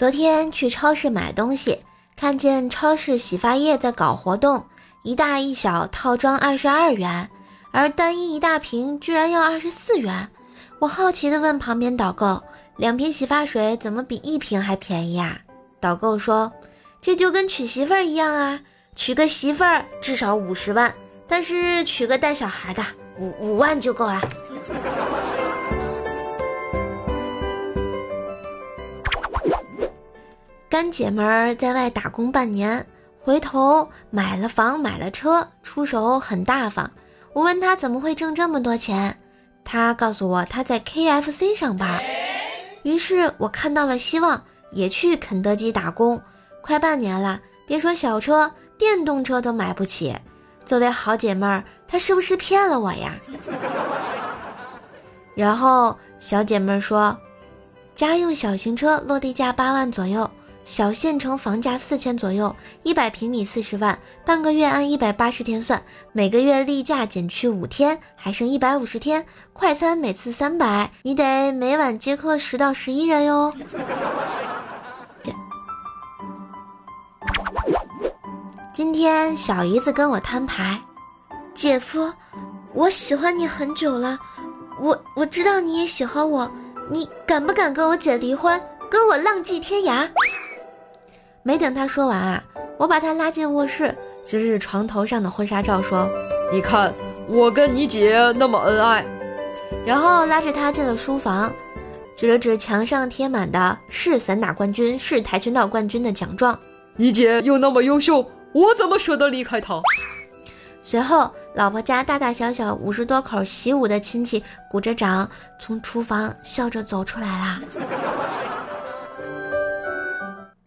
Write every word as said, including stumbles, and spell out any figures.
昨天去超市买东西，看见超市洗发液在搞活动，一大一小套装二十二元，而单一一大瓶居然要二十四元。我好奇地问旁边导购，两瓶洗发水怎么比一瓶还便宜啊？导购说，这就跟娶媳妇儿一样啊，娶个媳妇儿至少五十万，但是娶个带小孩的五五万就够了。干姐们儿在外打工半年，回头买了房买了车，出手很大方。我问她怎么会挣这么多钱，她告诉我她在 K F C 上班。于是我看到了希望，也去肯德基打工，快半年了，别说小车，电动车都买不起。作为好姐妹儿，她是不是骗了我呀？然后小姐妹说，家用小型车落地价八万左右，小县城房价四千左右，一百平米四十万，半个月按一百八十天算，每个月例假减去五天，还剩一百五十天，快餐每次三百，你得每晚接客十到十一人哟。今天小姨子跟我摊牌，姐夫，我喜欢你很久了，我我知道你也喜欢我，你敢不敢跟我姐离婚，跟我浪迹天涯？没等他说完啊，我把他拉进卧室，指指床头上的婚纱照说， 你看我跟你姐那么恩爱。 然后拉着他进了书房，指了指墙上贴满的是散打冠军是跆拳道冠军的奖状， 你姐又那么优秀，我怎么舍得离开她？ 随后老婆家大大小小五十多口习武的亲戚鼓着掌从厨房笑着走出来啦。